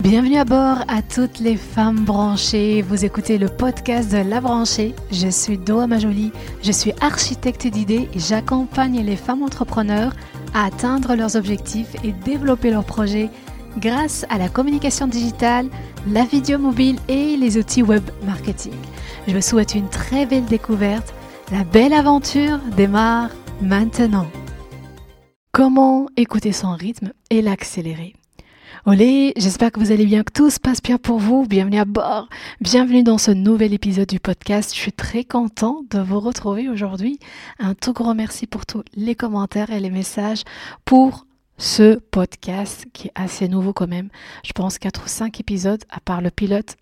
Bienvenue à bord à toutes les femmes branchées. Vous écoutez le podcast de La Branchée. Je suis Doa Majoli, je suis architecte d'idées et j'accompagne les femmes entrepreneurs à atteindre leurs objectifs et développer leurs projets grâce à la communication digitale, la vidéo mobile et les outils web marketing. Je vous souhaite une très belle découverte. La belle aventure démarre maintenant. Comment écouter son rythme et l'accélérer? Olé, j'espère que vous allez bien, que tout se passe bien pour vous. Bienvenue à bord, bienvenue dans ce nouvel épisode du podcast. Je suis très content de vous retrouver aujourd'hui. Un tout grand merci pour tous les commentaires et les messages pour ce podcast qui est assez nouveau quand même. Je pense 4 ou 5 épisodes à part le pilote.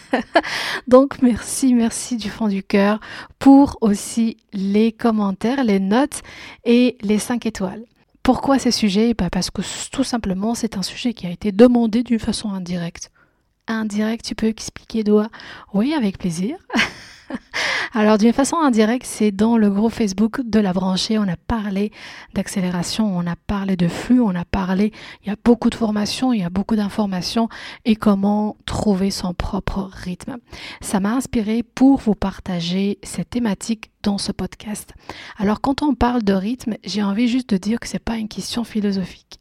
Donc merci du fond du cœur pour aussi les commentaires, les notes et les 5 étoiles. Pourquoi ces sujets ? Parce que tout simplement, c'est un sujet qui a été demandé d'une façon indirecte. Indirect, tu peux expliquer, Doa ? Oui, avec plaisir. Alors, d'une façon indirecte, c'est dans le groupe Facebook de La Branchée. On a parlé d'accélération, on a parlé de flux, il y a beaucoup de formations, il y a beaucoup d'informations et comment trouver son propre rythme. Ça m'a inspiré pour vous partager cette thématique dans ce podcast. Alors, quand on parle de rythme, j'ai envie juste de dire que c'est pas une question philosophique.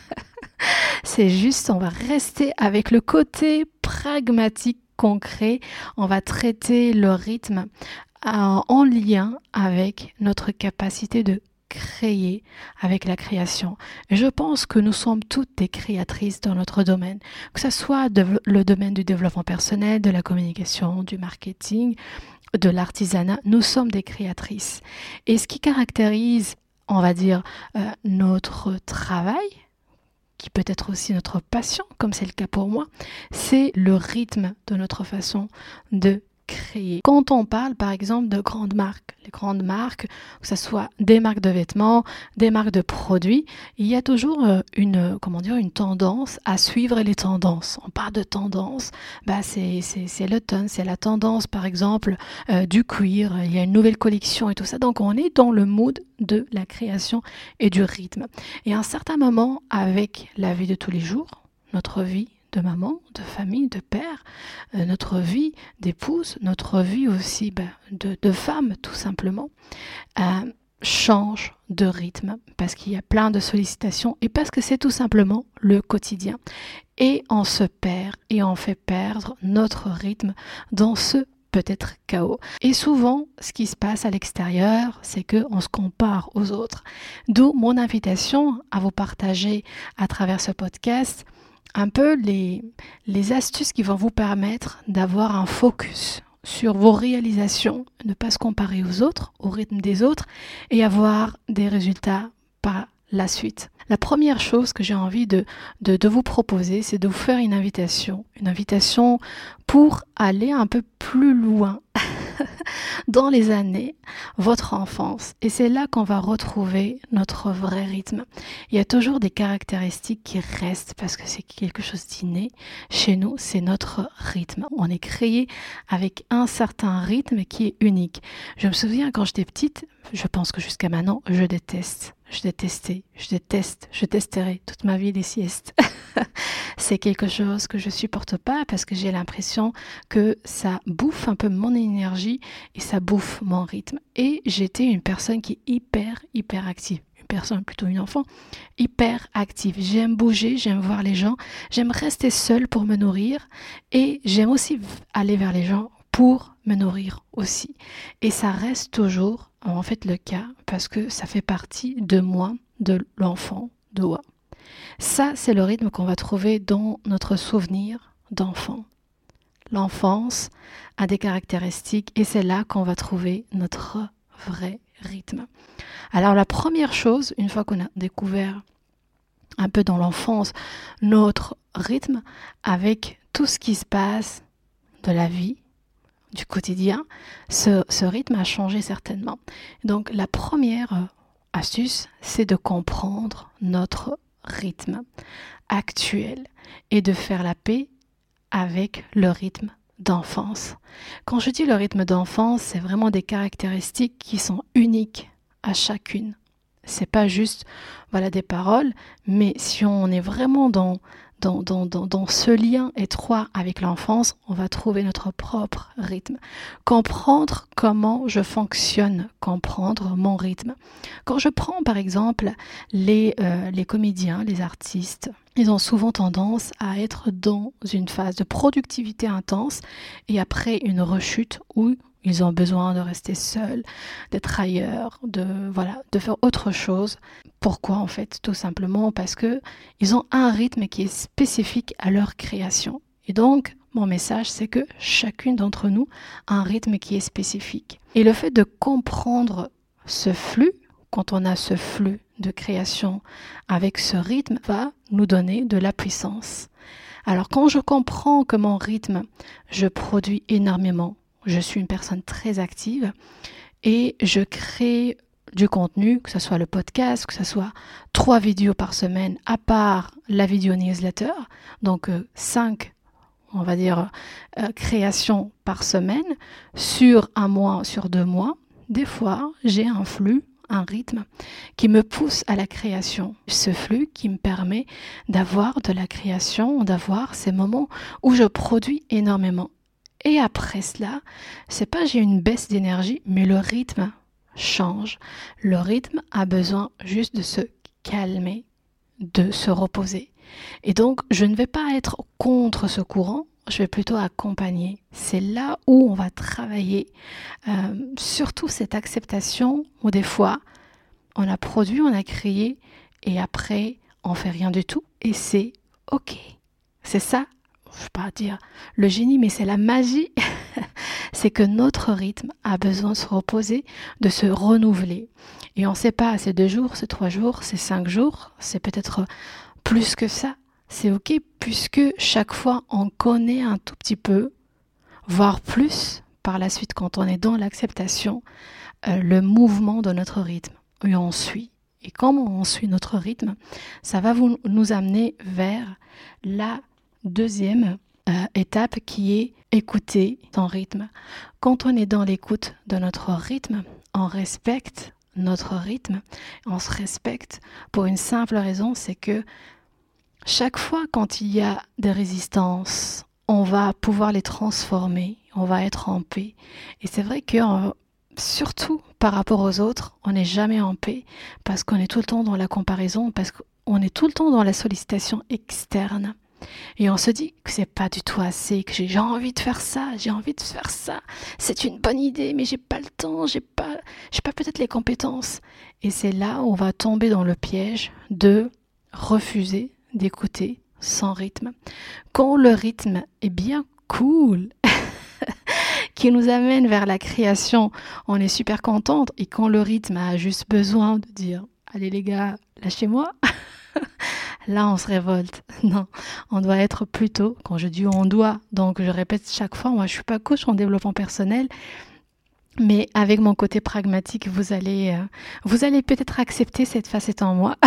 C'est juste, on va rester avec le côté pragmatique, concret. On va traiter le rythme en lien avec notre capacité de créer, avec la création. Et je pense que nous sommes toutes des créatrices dans notre domaine, que ce soit le domaine du développement personnel, de la communication, du marketing, de l'artisanat. Nous sommes des créatrices. Et ce qui caractérise, on va dire, notre travail, qui peut être aussi notre passion, comme c'est le cas pour moi, c'est le rythme de notre façon de créer. Quand on parle par exemple de grandes marques, les grandes marques, que ce soit des marques de vêtements, des marques de produits, il y a toujours une tendance à suivre les tendances. On parle de tendance, c'est l'automne, c'est la tendance par exemple du cuir, il y a une nouvelle collection et tout ça. Donc on est dans le mood de la création et du rythme. Et à un certain moment, avec la vie de tous les jours, notre vie de maman, de famille, de père, notre vie d'épouse, notre vie aussi de femme tout simplement, change de rythme parce qu'il y a plein de sollicitations et parce que c'est tout simplement le quotidien. Et on se perd et on fait perdre notre rythme dans ce peut-être chaos. Et souvent, ce qui se passe à l'extérieur, c'est qu'on se compare aux autres. D'où mon invitation à vous partager à travers ce podcast un peu les astuces qui vont vous permettre d'avoir un focus sur vos réalisations, ne pas se comparer aux autres, au rythme des autres et avoir des résultats par la suite. La première chose que j'ai envie de vous proposer, c'est de vous faire une invitation pour aller un peu plus loin dans les années, votre enfance. Et c'est là qu'on va retrouver notre vrai rythme. Il y a toujours des caractéristiques qui restent parce que c'est quelque chose d'inné. Chez nous, c'est notre rythme. On est créé avec un certain rythme qui est unique. Je me souviens quand j'étais petite, je pense que jusqu'à maintenant, je détesterai toute ma vie les siestes. C'est quelque chose que je supporte pas parce que j'ai l'impression que ça bouffe un peu mon énergie et ça bouffe mon rythme. Et j'étais une personne qui est hyper active. Une enfant, hyper active. J'aime bouger, j'aime voir les gens, j'aime rester seule pour me nourrir et j'aime aussi aller vers les gens pour me nourrir aussi. Et ça reste toujours en fait le cas parce que ça fait partie de moi, de l'enfant de moi. Ça, c'est le rythme qu'on va trouver dans notre souvenir d'enfant. L'enfance a des caractéristiques et c'est là qu'on va trouver notre vrai rythme. Alors la première chose, une fois qu'on a découvert un peu dans l'enfance notre rythme avec tout ce qui se passe de la vie, du quotidien, ce rythme a changé certainement. Donc la première astuce, c'est de comprendre notre rythme actuel et de faire la paix avec le rythme d'enfance. Quand je dis le rythme d'enfance, c'est vraiment des caractéristiques qui sont uniques à chacune. C'est pas juste des paroles, mais si on est vraiment dans dans ce lien étroit avec l'enfance, on va trouver notre propre rythme. Comprendre comment je fonctionne, comprendre mon rythme. Quand je prends par exemple les comédiens, les artistes, ils ont souvent tendance à être dans une phase de productivité intense et après une rechute où ils ont besoin de rester seuls, d'être ailleurs, de faire autre chose. Pourquoi en fait? Tout simplement parce que ils ont un rythme qui est spécifique à leur création. Et donc, mon message, c'est que chacune d'entre nous a un rythme qui est spécifique. Et le fait de comprendre ce flux, quand on a ce flux de création avec ce rythme, va nous donner de la puissance. Alors quand je comprends que mon rythme, je produis énormément, je suis une personne très active et je crée du contenu, que ce soit le podcast, que ce soit 3 vidéos par semaine, à part la vidéo newsletter, donc 5, on va dire, créations par semaine, sur un mois, sur 2 mois. Des fois, j'ai un flux, un rythme qui me pousse à la création. Ce flux qui me permet d'avoir de la création, d'avoir ces moments où je produis énormément. Et après cela, c'est pas j'ai une baisse d'énergie, mais le rythme change. Le rythme a besoin juste de se calmer, de se reposer. Et donc, je ne vais pas être contre ce courant, je vais plutôt accompagner. C'est là où on va travailler, surtout cette acceptation où des fois, on a produit, on a créé, et après, on fait rien du tout. Et c'est OK. C'est ça. Je ne vais pas dire le génie, mais c'est la magie, c'est que notre rythme a besoin de se reposer, de se renouveler. Et on ne sait pas, c'est 2 jours, c'est 3 jours, c'est 5 jours, c'est peut-être plus que ça. C'est OK, puisque chaque fois, on connaît un tout petit peu, voire plus, par la suite, quand on est dans l'acceptation, le mouvement de notre rythme, et on suit. Et comment on suit notre rythme, ça va nous amener vers la deuxième étape qui est écouter ton rythme. Quand on est dans l'écoute de notre rythme, on respecte notre rythme, on se respecte pour une simple raison, c'est que chaque fois quand il y a des résistances, on va pouvoir les transformer, on va être en paix. Et c'est vrai que surtout par rapport aux autres, on n'est jamais en paix parce qu'on est tout le temps dans la comparaison, parce qu'on est tout le temps dans la sollicitation externe. Et on se dit que c'est pas du tout assez, que j'ai envie de faire ça, c'est une bonne idée, mais j'ai pas le temps, j'ai pas peut-être les compétences. Et c'est là où on va tomber dans le piège de refuser d'écouter son rythme. Quand le rythme est bien cool, qui nous amène vers la création, on est super contente. Et quand le rythme a juste besoin de dire « Allez les gars, lâchez-moi », là on se révolte. Non, on doit être plutôt, quand je dis on doit, donc je répète chaque fois, moi je suis pas coach en développement personnel, mais avec mon côté pragmatique, vous allez peut-être accepter cette facette en moi.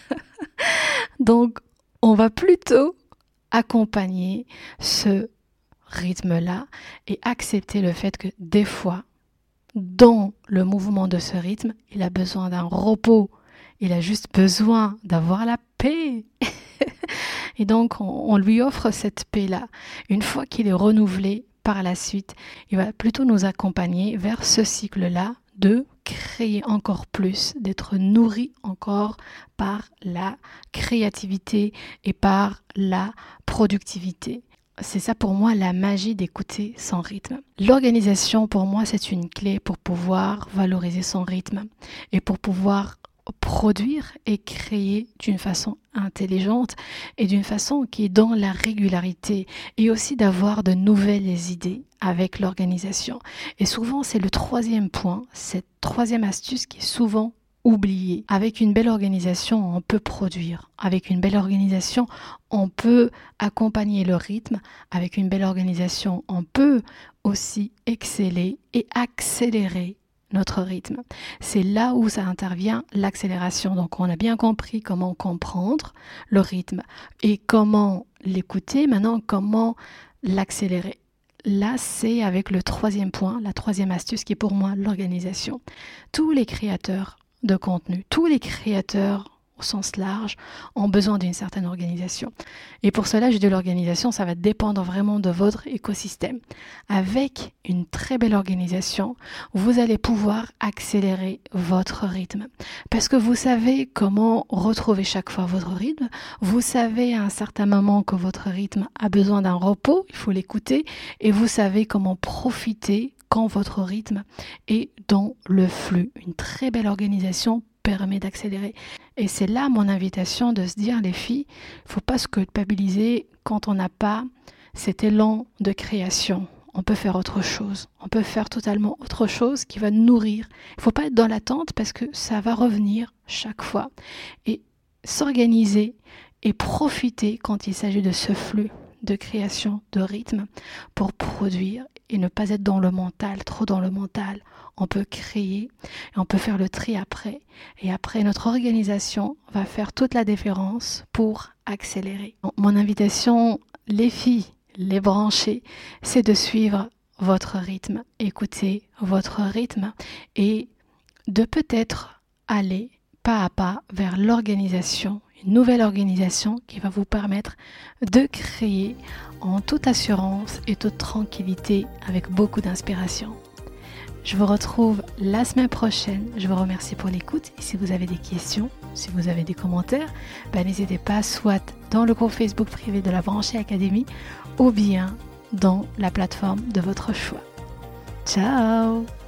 Donc on va plutôt accompagner ce rythme-là et accepter le fait que des fois, dans le mouvement de ce rythme, il a besoin d'un repos. Il a juste besoin d'avoir la paix. Et donc, on lui offre cette paix-là. Une fois qu'il est renouvelé par la suite, il va plutôt nous accompagner vers ce cycle-là de créer encore plus, d'être nourri encore par la créativité et par la productivité. C'est ça pour moi la magie d'écouter son rythme. L'organisation pour moi c'est une clé pour pouvoir valoriser son rythme et pour pouvoir produire et créer d'une façon intelligente et d'une façon qui est dans la régularité et aussi d'avoir de nouvelles idées avec l'organisation. Et souvent c'est le 3e point, cette 3e astuce qui est souvent oubliée. Avec une belle organisation, on peut produire. Avec une belle organisation, on peut accompagner le rythme. Avec une belle organisation, on peut aussi exceller et accélérer notre rythme. C'est là où ça intervient l'accélération. Donc on a bien compris comment comprendre le rythme et comment l'écouter. Maintenant, comment l'accélérer. Là, c'est avec le 3e point, la 3e astuce qui est pour moi l'organisation. Tous les créateurs de contenu, tous les créateurs au sens large, ont besoin d'une certaine organisation. Et pour cela, je dis l'organisation, ça va dépendre vraiment de votre écosystème. Avec une très belle organisation, vous allez pouvoir accélérer votre rythme. Parce que vous savez comment retrouver chaque fois votre rythme. Vous savez à un certain moment que votre rythme a besoin d'un repos, il faut l'écouter. Et vous savez comment profiter quand votre rythme est dans le flux. Une très belle organisation permet d'accélérer. Et c'est là mon invitation de se dire, les filles, il ne faut pas se culpabiliser quand on n'a pas cet élan de création. On peut faire autre chose. On peut faire totalement autre chose qui va nourrir. Il ne faut pas être dans l'attente parce que ça va revenir chaque fois. Et s'organiser et profiter quand il s'agit de ce flux de création, de rythme pour produire et ne pas être dans le mental, trop dans le mental. On peut créer et on peut faire le tri après. Et après, notre organisation va faire toute la différence pour accélérer. Mon invitation, les filles, les branchées, c'est de suivre votre rythme, écouter votre rythme et de peut-être aller pas à pas vers l'organisation, une nouvelle organisation qui va vous permettre de créer en toute assurance et toute tranquillité avec beaucoup d'inspiration. Je vous retrouve la semaine prochaine. Je vous remercie pour l'écoute. Et si vous avez des questions, si vous avez des commentaires, n'hésitez pas soit dans le groupe Facebook privé de la Branchée Académie ou bien dans la plateforme de votre choix. Ciao!